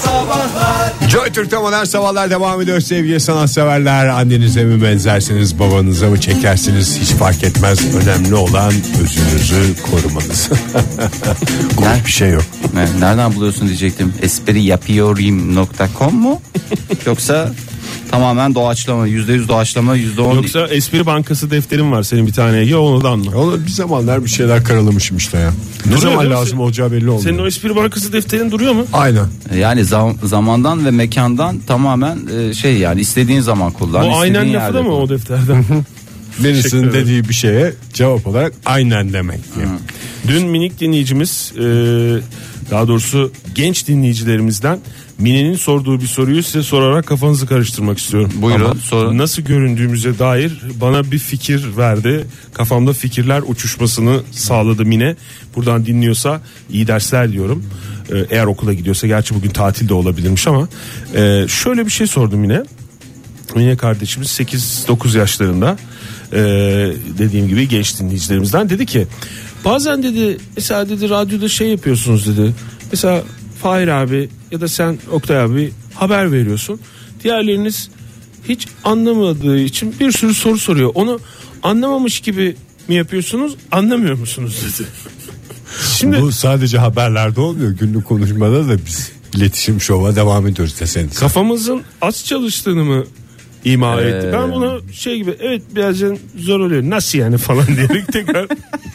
Joy Türk'te Modern Sabahlar devam ediyor sevgili sanatseverler. Annenize mi benzersiniz, babanıza mı çekersiniz hiç fark etmez. Önemli olan özünüzü korumanız. Komik bir şey yok. Nereden buluyorsun diyecektim. espriyapıyorum.com mu? Yoksa tamamen doğaçlama, %100 doğaçlama, %10. Yoksa espri bankası defterin var senin bir tane Ege, onu da anla. Onu bir zamanlar bir şeyler karalamışım işte ya. Ne zaman lazım olacağı belli olmuyor. Senin o espri bankası defterin duruyor mu? Aynen. Yani zamandan ve mekandan tamamen yani istediğin zaman kullan. Bu aynen lafı da mı o defterden? Birisinin dediği bir şeye cevap olarak aynen demek diye. Dün minik dinleyicimiz, daha doğrusu genç dinleyicilerimizden Mine'nin sorduğu bir soruyu size sorarak kafanızı karıştırmak istiyorum. Buyurun, sorun. Nasıl göründüğümüze dair bana bir fikir verdi. Kafamda fikirler uçuşmasını sağladı Mine. Buradan dinliyorsa iyi dersler diyorum. Eğer okula gidiyorsa, gerçi bugün tatil de olabilirmiş ama şöyle bir şey sordum Mine. Mine kardeşimiz 8-9 yaşlarında, dediğim gibi genç dinleyicilerimizden. Dedi ki bazen dedi, mesela dedi radyoda şey yapıyorsunuz dedi. Mesela Fahir abi ya da sen Oktay abi haber veriyorsun. Diğerleriniz hiç anlamadığı için bir sürü soru soruyor. Onu anlamamış gibi mi yapıyorsunuz, anlamıyor musunuz dedi. Şimdi bu sadece haberlerde olmuyor. Günlük konuşmada da biz iletişim şova devam ediyoruz deseniz. Kafamızın az çalıştığını mı ima etti? Ben buna şey gibi, evet birazcık zor oluyor. Nasıl yani falan diyerek tekrar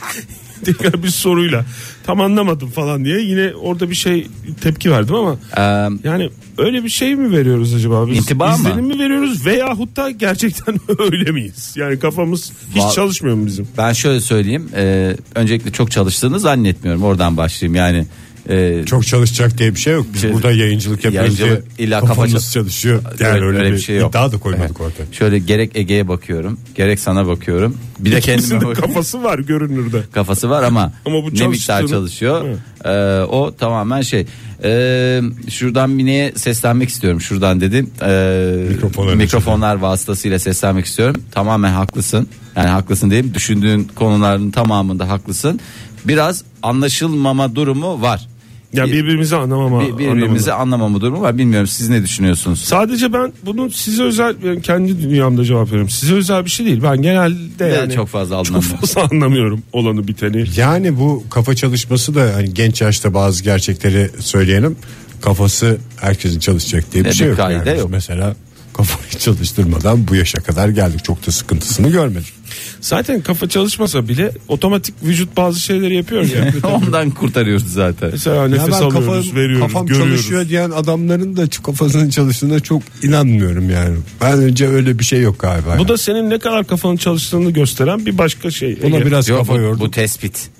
bir soruyla tam anlamadım falan diye yine orada bir şey tepki verdim ama yani öyle bir şey mi veriyoruz acaba? Biz izlenim mi veriyoruz veyahut da gerçekten öyle miyiz? Yani kafamız hiç çalışmıyor mu bizim? Ben şöyle söyleyeyim, öncelikle çok çalıştığını zannetmiyorum, oradan başlayayım yani. Çok çalışacak diye bir şey yok. Biz burada yayıncılık yapıyoruz diye illa kafanız çalışıyor. Yani öyle bir şey yok. İddia da koymadık ortaya. Şöyle gerek Ege'ye bakıyorum, gerek sana bakıyorum. Bir de kendime bakıyorum. Kafası var görünürde. Kafası var ama bu ne miktar çalışıyor. O tamamen şey. Şuradan Mine'ye seslenmek istiyorum. Şuradan dedim. Mikrofonlar vasıtasıyla seslenmek istiyorum. Tamamen haklısın. Yani haklısın diyeyim. Düşündüğün konuların tamamında haklısın. Biraz anlaşılmama durumu var. Ya birbirimizi anlamama durumu var. Bilmiyorum, siz ne düşünüyorsunuz? Sadece ben bunu size özel, yani kendi dünyamda cevap veriyorum. Size özel bir şey değil. Ben genelde yani çok fazla anlamıyorum olanı biteni. Yani bu kafa çalışması da hani genç yaşta bazı gerçekleri söyleyelim. Kafası herkesin çalışacak diye bir şey yok. Yani. Yok. Mesela kafayı çalıştırmadan bu yaşa kadar geldik. Çok da sıkıntısını görmedik. Zaten kafa çalışmasa bile otomatik vücut bazı şeyleri yapıyor ya. Ondan kurtarıyoruz zaten. Mesela nefes alıyoruz, veriyoruz, kafam görüyoruz. Çalışıyor diyen adamların da kafasının çalıştığına çok inanmıyorum yani. Ben önce öyle bir şey yok galiba. Bu da senin ne kadar kafanın çalıştığını gösteren bir başka şey. Buna biraz kafa yordu. Bu tespit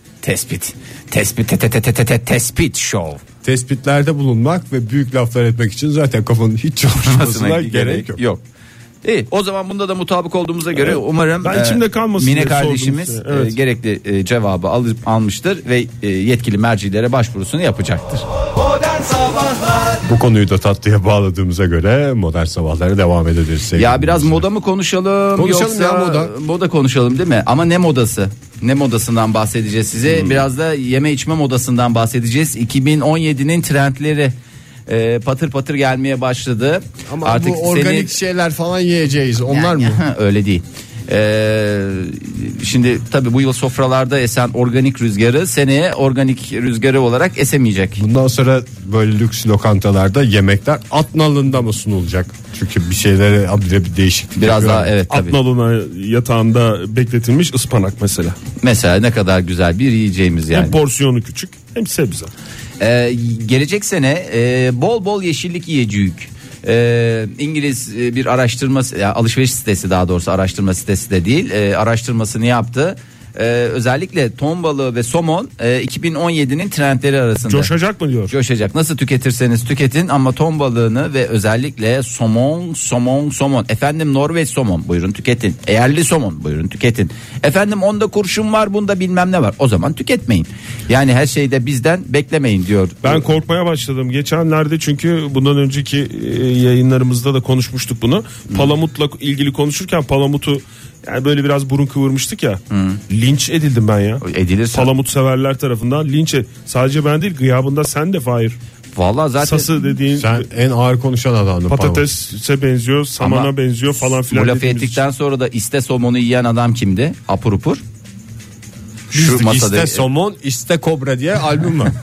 show. Tespitlerde bulunmak ve büyük laflar etmek için zaten kafanın hiç çalışmasına gerek yok. İyi, o zaman bunda da mutabık olduğumuza göre umarım içimde kalmasın Mine kardeşimiz gerekli cevabı almıştır ve yetkili mercilere başvurusunu yapacaktır. Bu konuyu da tatlıya bağladığımıza göre modern sabahlara devam ederiz. Ya biraz moda mı konuşalım yoksa ya moda konuşalım değil mi? Ama ne modası? Ne modasından bahsedeceğiz size? Biraz da yeme içme modasından bahsedeceğiz. 2017'nin trendleri patır patır gelmeye başladı. Ama artık bu organik şeyler falan yiyeceğiz. Onlar mı? Öyle değil. Şimdi tabii bu yıl sofralarda esen organik rüzgarı seneye organik rüzgarı olarak esemeyecek. Bundan sonra böyle lüks lokantalarda yemekler at nalında mı sunulacak? Çünkü bir şeylere bir değişiklik biraz daha evet tabii. At nalına yatağında bekletilmiş ıspanak mesela. Mesela ne kadar güzel bir yiyeceğimiz yani. Hem porsiyonu küçük hem sebze. Gelecek sene bol bol yeşillik yiyeceğiz. İngiliz bir araştırma alışveriş sitesi, daha doğrusu araştırma sitesi de değil, araştırmasını yaptı. Özellikle ton balığı ve somon 2017'nin trendleri arasında. Coşacak mı diyor? Coşacak. Nasıl tüketirseniz tüketin ama ton balığını ve özellikle somon. Efendim Norveç somon, buyurun tüketin. Eğerli somon, buyurun tüketin. Efendim onda kurşun var, bunda bilmem ne var. O zaman tüketmeyin. Yani her şeyde bizden beklemeyin diyor. Ben korkmaya başladım. Geçenlerde, çünkü bundan önceki yayınlarımızda da konuşmuştuk bunu. Palamutla ilgili konuşurken palamutu yani böyle biraz burun kıvırmıştık ya. Linç edildim ben ya. Edilirsin. Palamut severler tarafından linç sadece ben değil, gıyabında sen de Fahir. Vallahi zaten Sası dediğin Sen en ağır konuşan adamdın. patatese benziyor, samana benziyor falan filan. Bu lafı ettikten sonra da iste somonu yiyen adam kimdi? Apur upur. Şu masada İste somon, iste kobra diye albüm var.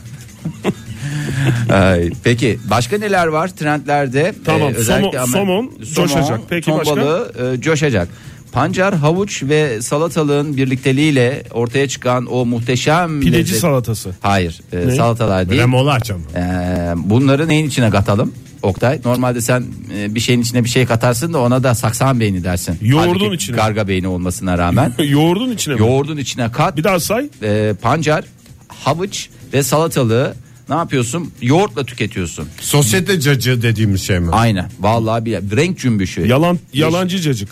Peki başka neler var trendlerde? Tamam, özellikle somon coşacak. Peki ton başka? balığı coşacak. Pancar, havuç ve salatalığın birlikteliğiyle ortaya çıkan o muhteşem Pideci lezzet. salatası. Hayır, salatalar değil. Remolaç ama. Bunları neyin içine katalım? Oktay, normalde sen bir şeyin içine bir şey katarsın da ona da saksan beyni dersin. Yoğurdun Halbuki içine. Garga beyni olmasına rağmen. Yoğurdun içine mi? Yoğurdun içine kat. Bir daha say. Pancar, havuç ve salatalığı ne yapıyorsun? Yoğurtla tüketiyorsun. Sosyete cacığı dediğimiz şey mi? Aynen. Vallahi bir renk cümbüşü. Yalancı cacık.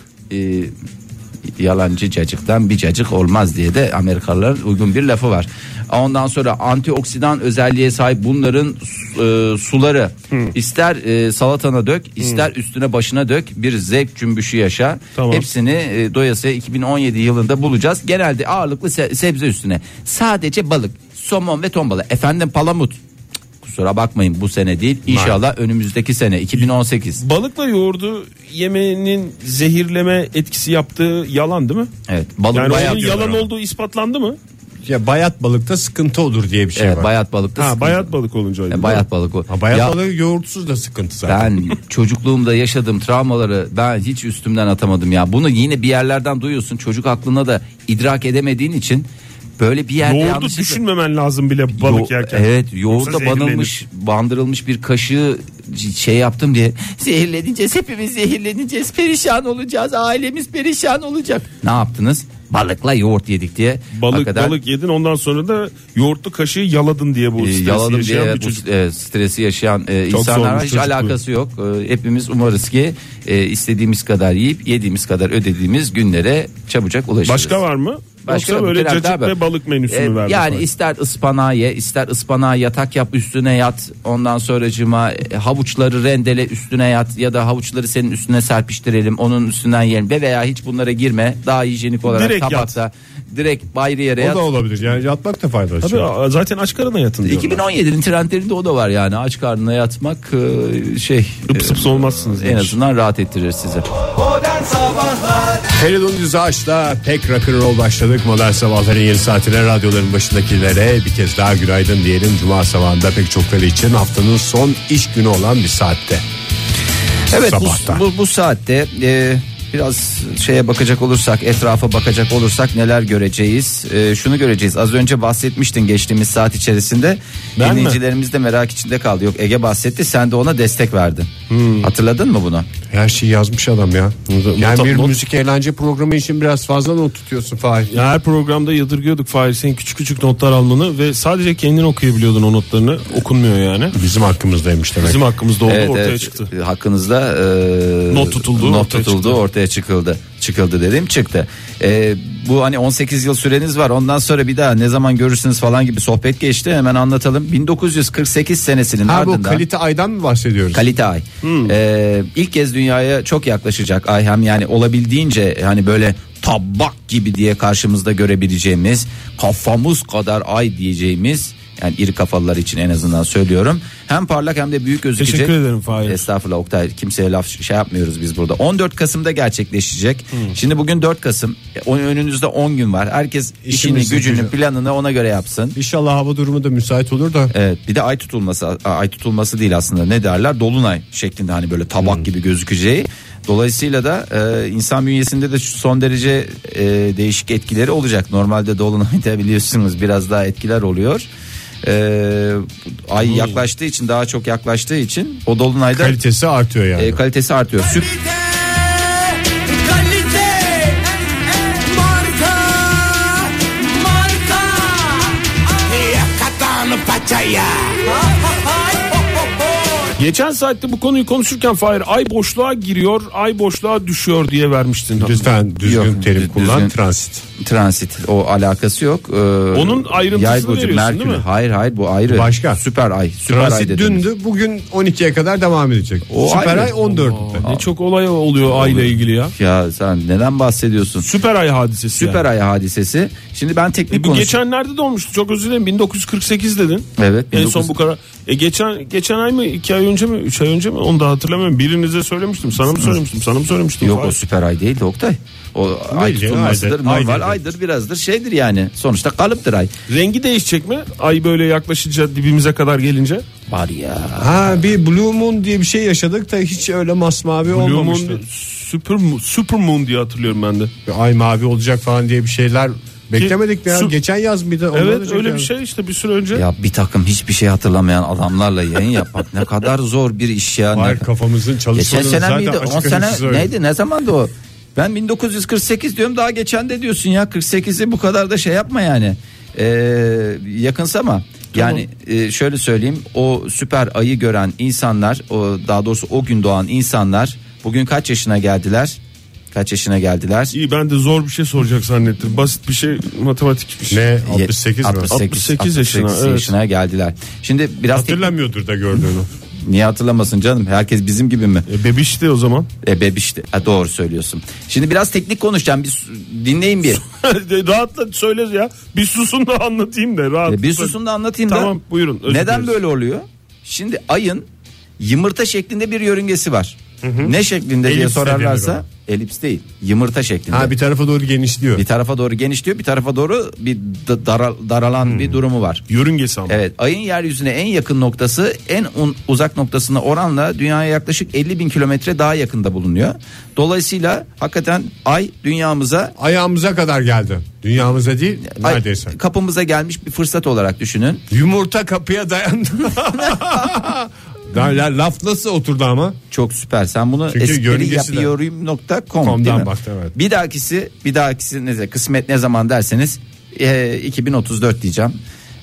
Yalancı cacıktan bir cacık olmaz diye de Amerikalıların uygun bir lafı var. Ondan sonra antioksidan özelliğe sahip bunların suları ister salatana dök, ister üstüne başına dök, bir zevk cümbüşü yaşa. Tamam. Hepsini doyasıya 2017 yılında bulacağız. Genelde ağırlıklı sebze üstüne. Sadece balık, somon ve ton balığı. Efendim palamut. Kusura bakmayın, bu sene değil. İnşallah önümüzdeki sene 2018. Balıkla yoğurdu yemeğinin zehirleme etkisi yaptığı yalan değil mi? Evet. Balık Yani bayat onun yalan olduğu ispatlandı mı? Ya bayat balıkta sıkıntı olur diye bir şey evet, var. Bayat balıkta. Ha, bayat balık olunca. Bayat balık o. Bayat balığı yoğurtsuz da sıkıntı zaten. Ben çocukluğumda yaşadığım travmaları ben hiç üstümden atamadım ya. Bunu yine bir yerlerden duyuyorsun. Çocuk aklına da idrak edemediğin için böyle bir yerde yoğurdu düşünmemen lazım bile balık yerken. Evet, yoğurda bandırılmış bir kaşığı şey yaptım diye zehirleneceğiz, hepimiz zehirleneceğiz, perişan olacağız, ailemiz perişan olacak. Ne yaptınız? Balıkla yoğurt yedik diye. Balık yedin, ondan sonra da yoğurtlu kaşığı yaladın diye bu stresi yaşayan bir çocuk. Stresi yaşayan insanlar hiç alakası yok. Hepimiz umarız ki istediğimiz kadar yiyip yediğimiz kadar ödediğimiz günlere çabucak ulaşırız. Başka var mı? Başka yoksa böyle cacık ve balık menüsünü verdi. Yani ister ıspanağı ye, ister ıspanağı yatak yap, üstüne yat. Ondan sonracığıma havuçları rendele, üstüne yat, ya da havuçları senin üstüne serpiştirelim, onun üstünden yiyelim veya hiç bunlara girme. Daha hijyenik olarak direkt tabakta yat. Direkt bayır yere yat. O da olabilir. Yani yatmak da faydalı. Tabii, zaten aç karnına yatın diyorlar. 2017'nin trendlerinde o da var yani. Aç karnına yatmak ıps olmazsınız. En azından rahat ettirir sizi. Feridun Düzağaç'la pek rock'n'roll başladık. Modern Sabahların yeni saatine radyoların başındakilere bir kez daha günaydın diyelim. Cuma sabahında pek çokları için haftanın son iş günü olan bir saatte. Evet, bu saatte biraz şeye bakacak olursak, etrafa bakacak olursak neler göreceğiz? Şunu göreceğiz. Az önce bahsetmiştin geçtiğimiz saat içerisinde. Dinleyicilerimiz de merak içinde kaldı. Yok, Ege bahsetti, sen de ona destek verdin. Hatırladın mı bunu? Her şeyi yazmış adam ya. Yani bir müzik eğlence programı için biraz fazla not tutuyorsun Fahir. Ya her programda yadırgıyorduk Fahir senin küçük küçük notlar almanı ve sadece kendin okuyabiliyordun o notlarını. Okunmuyor yani. Bizim hakkımızdaymış demek. Bizim hakkımızda oldu, ortaya çıktı. Hakkınızda not tutuldu, ortaya çıkıldı dedim, çıktı. Bu hani 18 yıl süreniz var, ondan sonra bir daha ne zaman görürsünüz falan gibi sohbet geçti, hemen anlatalım. 1948 senesinin ardından. Bu kalite aydan mı bahsediyoruz? Kalite ay. İlk kez dünyaya çok yaklaşacak ay, hem yani olabildiğince hani böyle tabak gibi diye karşımızda görebileceğimiz, kafamız kadar ay diyeceğimiz, yani iri kafalılar için en azından söylüyorum. Hem parlak hem de büyük gözükecek. Teşekkür ederim Fahir. Estağfurullah Oktay, kimseye laf yapmıyoruz biz burada. 14 Kasım'da gerçekleşecek. Şimdi bugün 4 Kasım. Önünüzde 10 gün var. Herkes işini, gücünü, planını ona göre yapsın. İnşallah hava durumu da müsait olur da. Evet, bir de ay tutulması değil aslında, ne derler, dolunay şeklinde, hani böyle tabak gibi gözükeceği. Dolayısıyla da insan bünyesinde de son derece değişik etkileri olacak. Normalde dolunayda biliyorsunuz biraz daha etkiler oluyor. Ay yaklaştığı için, daha çok yaklaştığı için o dolunayda kalitesi artıyor yani. Kalitesi artıyor. Geçen saatte bu konuyu konuşurken Fahir ay boşluğa giriyor, ay boşluğa düşüyor diye vermiştin. Lütfen düzgün terim kullan. Transit o alakası yok. Onun ayrıntısını veriyorsun Merkür. değil mi? Hayır bu ayrı. Başka. Süper ay. Transit dündü, bugün 12'ye kadar devam edecek. O süper ayrı. ay 14'ünde. Ne çok olay oluyor ayla ilgili ya. Ya sen neden bahsediyorsun? Süper ay hadisesi. Süper ay hadisesi. Şimdi ben teknik bu geçenlerde de olmuştu. Çok özür dilerim. 1948 dedin. Evet. En son bu kadar. Geçen ay mı? 2 ay önce mi? 3 ay önce mi? Onu da hatırlamıyorum. Birinize söylemiştim. Sana mı söylemiştim? Yok, o süper ay değil de Oktay. O ay tutulmasıdır, normal aydır, birazdır, şeydir yani. Sonuçta kalıptır ay. Rengi değişecek mi? Ay böyle yaklaşınca, dibimize kadar gelince. Var ya. Bir Blue Moon diye bir şey yaşadık da hiç öyle masmavi olmamıştı. Super Moon diye hatırlıyorum ben de. Ay mavi olacak falan diye bir şeyler beklemedik mi ya? Geçen yaz mıydı? Evet öyle bir şey işte, bir süre önce. Ya bir takım hiçbir şey hatırlamayan adamlarla yayın yapmak ne kadar zor bir iş ya. Var, kafamızın çalışmaları zaten zaten miydi? 10 sene neydi? Ne zamandı o? Ben 1948 diyorum, daha geçen de diyorsun ya. 48'i bu kadar da şey yapma yani. Yakınsama. Yani şöyle söyleyeyim, o süper ayı gören insanlar, daha doğrusu o gün doğan insanlar bugün kaç yaşına geldiler? İyi, ben de zor bir şey soracak zannettim. Basit bir şey, matematik bir şey. Ne? 68 mi? 68 yaşına geldiler. Şimdi biraz hatırlamıyordur da gördüğünü. Niye hatırlamasın canım? Herkes bizim gibi mi? Bebişti o zaman. Bebişti. Doğru söylüyorsun. Şimdi biraz teknik konuşacağım. dinleyin bir. Rahatla söyle ya. Bir susun da anlatayım da rahat. Bir susun da anlatayım da. Tamam, buyurun. Neden böyle oluyor? Şimdi ayın yumurta şeklinde bir yörüngesi var. Ne şeklinde diye sorarlarsa, elips değil, yumurta şeklinde. Bir tarafa doğru genişliyor. Bir tarafa doğru genişliyor, bir tarafa doğru bir daralan bir durumu var. Yörüngesi ama. Evet, ayın yeryüzüne en yakın noktası en uzak noktasına oranla dünyaya yaklaşık 50.000 kilometre daha yakında bulunuyor. Dolayısıyla hakikaten ay ayağımıza kadar geldi. Dünyamıza değil, neredeyse. Kapımıza gelmiş bir fırsat olarak düşünün. Yumurta kapıya dayandı. Laf nasıl oturdu ama? Çok süper. Sen bunu espriyapıyorum.com değil mi? Baktım, evet. Bir dahakisi ne, kısmet ne zaman derseniz 2034 diyeceğim.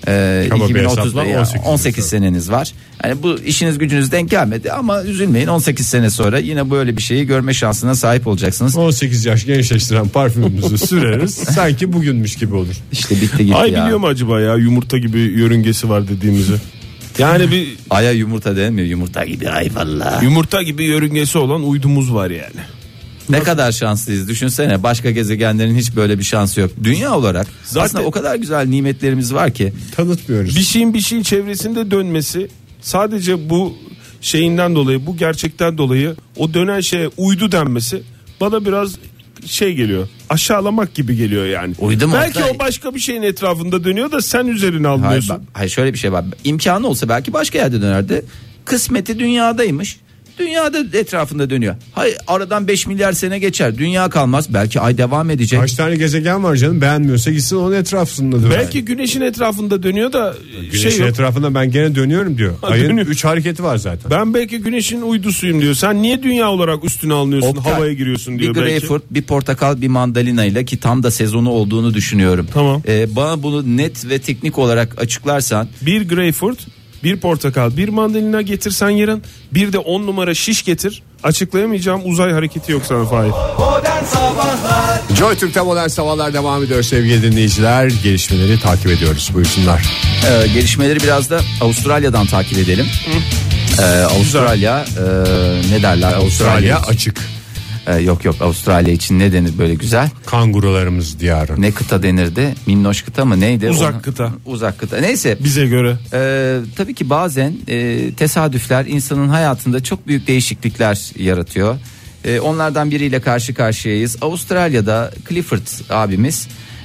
18 seneniz var. Yani bu işiniz gücünüz denk gelmedi ama üzülmeyin, 18 sene sonra yine böyle bir şeyi görme şansına sahip olacaksınız. 18 yaş gençleştiren parfümümüzü süreriz. Sanki bugünmüş gibi olur. İşte bitti gitti Ay ya. biliyor mu acaba ya yumurta gibi yörüngesi var dediğimizi? Yani bir aya yumurta denmiyor, yumurta gibi ay vallahi. Yumurta gibi yörüngesi olan uydumuz var yani. Ne kadar şanslıyız, düşünsene, başka gezegenlerin hiç böyle bir şansı yok. Dünya olarak zaten aslında o kadar güzel nimetlerimiz var ki tanıtmıyoruz. Bir şeyin çevresinde dönmesi sadece bu şeyinden dolayı, bu gerçekten dolayı o dönen şeye uydu denmesi bana biraz şey geliyor, aşağılamak gibi geliyor yani. Belki o başka bir şeyin etrafında dönüyor da sen üzerine almıyorsun. Hayır, şöyle bir şey var, imkanı olsa belki başka yerde dönerdi. Kısmeti dünyadaymış, dünyada etrafında dönüyor. Hayır, aradan 5 milyar sene geçer, dünya kalmaz, belki ay devam edecek. Kaç tane gezegen var canım, beğenmiyorsa gitsin onun etrafında döner. Belki güneşin etrafında dönüyor da güneşin etrafında ben gene dönüyorum diyor. Ayın 3 hareketi var zaten. Ben belki güneşin uydusuyum diyor. Sen niye dünya olarak üstüne alınıyorsun, havaya giriyorsun diyor. Bir greyfurt, bir portakal, bir mandalina ile, ki tam da sezonu olduğunu düşünüyorum. Tamam. Bana bunu net ve teknik olarak açıklarsan. Bir greyfurt, bir portakal, bir mandalina getirsen yarın, bir de 10 numara şiş getir. Açıklayamayacağım uzay hareketi yok sana Fahir. Joy Türk'te Modern Sabahlar devam ediyor sevgili dinleyiciler. Gelişmeleri takip ediyoruz, buyursunlar. Gelişmeleri biraz da Avustralya'dan takip edelim. Avustralya ne derler? Avustralya açık. Yok Avustralya için ne denir böyle güzel? Kangurularımız diyarı. Ne kıta denirdi? Minnoş kıta mı neydi? Uzak kıta. Neyse. Bize göre. Tabii ki bazen tesadüfler insanın hayatında çok büyük değişiklikler yaratıyor. Onlardan biriyle karşı karşıyayız. Avustralya'da Clifford abimiz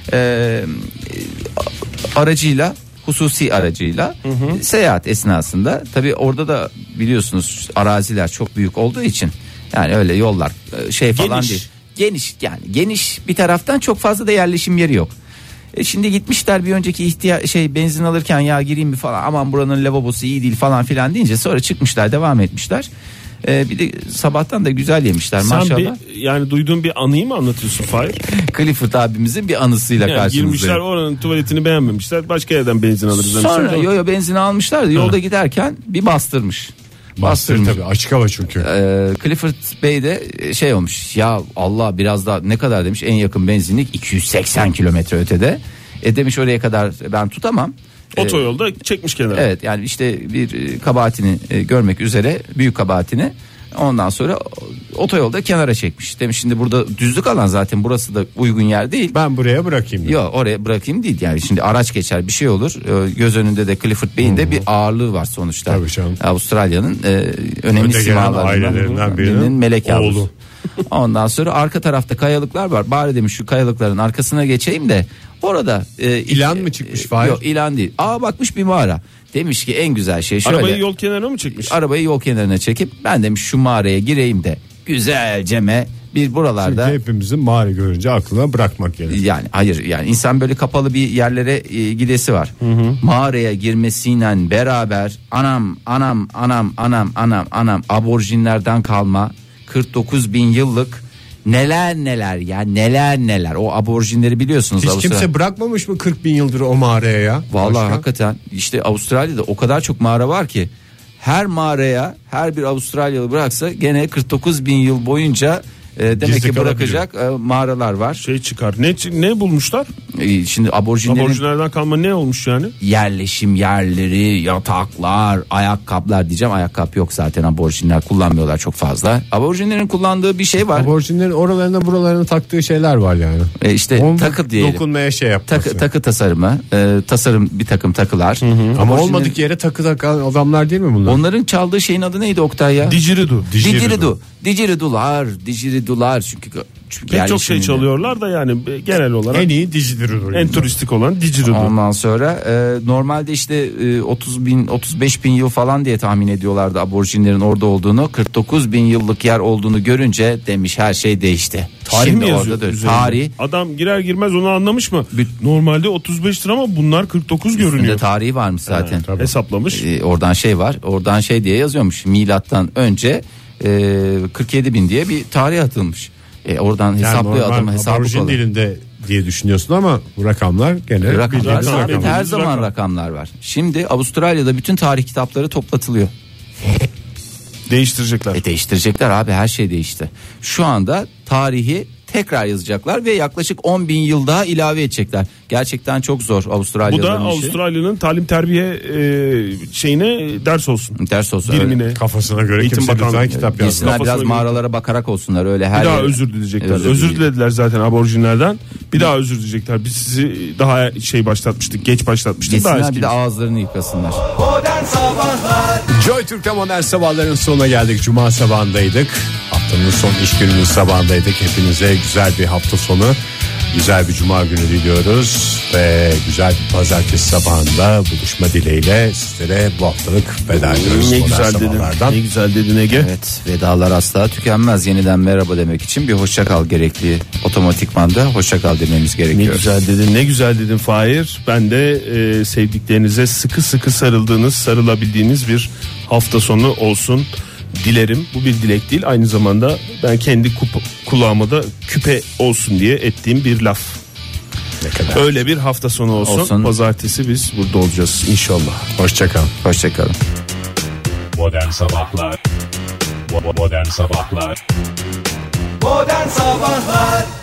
hususi aracıyla seyahat esnasında, tabii orada da biliyorsunuz araziler çok büyük olduğu için, yani öyle yollar falan değil. Geniş bir taraftan, çok fazla da yerleşim yeri yok. Şimdi gitmişler bir önceki benzin alırken ya gireyim mi falan, aman buranın lavabosu iyi değil falan filan deyince sonra çıkmışlar, devam etmişler. Bir de sabahtan da güzel yemişler maşallah. Yani duyduğun bir anıyı mı anlatıyorsun Fahir? Clifford abimizin bir anısıyla karşımızdayım. Girmişler, oranın tuvaletini beğenmemişler, başka yerden benzin alırız. Sonra benzin almışlar da yolda giderken bir bastırmış. Bastırmış. Tabii açık hava çünkü. Clifford Bey de şey olmuş. Ya Allah, biraz daha ne kadar demiş, en yakın benzinlik 280 kilometre ötede. Demiş oraya kadar ben tutamam. Otoyolda çekmiş kenara. Evet, yani işte bir kabahatini görmek üzere, büyük kabahatini. Ondan sonra otoyolda kenara çekmiş. Demiş şimdi burada düzlük alan, zaten burası da uygun yer değil. Ben buraya bırakayım. Yok, oraya bırakayım değil. Yani şimdi araç geçer, bir şey olur. Göz önünde de Clifford Bey'in de bir ağırlığı var sonuçta. Tabii canım. Avustralya'nın önemli simalarından birinin melek yavrusu. Ondan sonra arka tarafta kayalıklar var. Bari demiş şu kayalıkların arkasına geçeyim de orada ilan mı çıkmış Fahir? Yok, ilan değil. Bakmış bir mağara. Demiş ki en güzel şey şöyle. Arabayı yol kenarına mı çekmiş? Arabayı yol kenarına çekip ben demiş şu mağaraya gireyim de güzelceme bir buralarda. Çünkü hepimizin mağara görünce aklına bırakmak gerekiyor. Yani hayır, yani insan böyle kapalı bir yerlere gidesi var. Mağaraya girmesiyle beraber anam aborjinlerden kalma 49 bin yıllık neler o aborjinleri biliyorsunuz. Hiç kimse bırakmamış mı 40 bin yıldır o mağaraya ya? Vallahi hakikaten işte Avustralya'da o kadar çok mağara var ki her mağaraya her bir Avustralyalı bıraksa gene 49 bin yıl boyunca demek ki bırakacak mağaralar var. Şey çıkar. Ne bulmuşlar? Şimdi aborjinlerden kalma ne olmuş yani? Yerleşim yerleri, yataklar, ayakkabılar diyeceğim. Ayakkabı yok zaten, aborjinler kullanmıyorlar çok fazla. Aborjinlerin kullandığı bir şey var. Aborjinlerin oralarına buralarına taktığı şeyler var yani. İşte takı diyelim. Dokunmaya şey yapması. Takı tasarımı, tasarım bir takım takılar. Ama olmadık yere takı takan adamlar değil mi bunlar? Onların çaldığı şeyin adı neydi Oktay ya? Didgeridoo'lar çünkü pek çok şey çalıyorlar da yani genel olarak en iyi didgeridoo, en turistik olan didgeridoo. Ondan sonra normalde işte 35 bin yıl falan diye tahmin ediyorlardı aborjinlerin orada olduğunu. 49 bin yıllık yer olduğunu görünce demiş her şey değişti. Tarih mi yazıyor? Tarih. Adam girer girmez onu anlamış mı? Normalde 35'tir ama bunlar 49 görünüyor. Üstünde tarihi varmış zaten. Hesaplamış. Oradan şey var. Oradan şey diye yazıyormuş. Milattan önce 47 bin diye bir tarih atılmış. Oradan hesaplıyor adam, hesabı kolay. Dilinde diye düşünüyorsun ama bu rakamlar gene rakamlar. Her zaman rakamlar var. Şimdi Avustralya'da bütün tarih kitapları toplatılıyor. Değiştirecekler. Değiştirecekler abi, her şey değişti. Şu anda tarihi tekrar yazacaklar ve yaklaşık 10 bin yıl daha ilave edecekler. Gerçekten çok zor Avustralya'nın işi. Bu da Avustralya'nın talim terbiye şeyine ders olsun. Ders olsun. Birimine, öyle. Kafasına göre Eğitim Bakanlığı kitap yazsınlar. Biraz mağaralara bakarak olsunlar öyle her. Bir daha özür dileyecekler. Özür dilediler zaten aborjinlerden. Bir daha özür dileyecekler. Biz sizi daha geç başlatmıştık. Gitsinler bir de ağızlarını yıkasınlar. Joy Türk'te modern sabahların sonuna geldik. Cuma sabahındaydık. Haftanın son iş gününün sabahındaydık. Hepinize güzel bir hafta sonu, güzel bir cuma günü diliyoruz ve güzel bir pazartesi sabahında buluşma dileğiyle sizlere bu haftalık veda ediyoruz. Ne güzel dedin Ege. Evet, vedalar asla tükenmez. Yeniden merhaba demek için bir hoşça kal gerekli. Otomatikman da hoşça kal dememiz gerekiyor. Ne güzel dedin Fahir. Ben de sevdiklerinize sıkı sıkı sarılabildiğiniz bir hafta sonu olsun dilerim. Bu bir dilek değil, aynı zamanda ben kendi kulağıma da küpe olsun diye ettiğim bir laf. Ne kadar. Öyle bir hafta sonu olsun. Pazartesi biz burada olacağız inşallah. Hoşçakalın. Modern Sabahlar.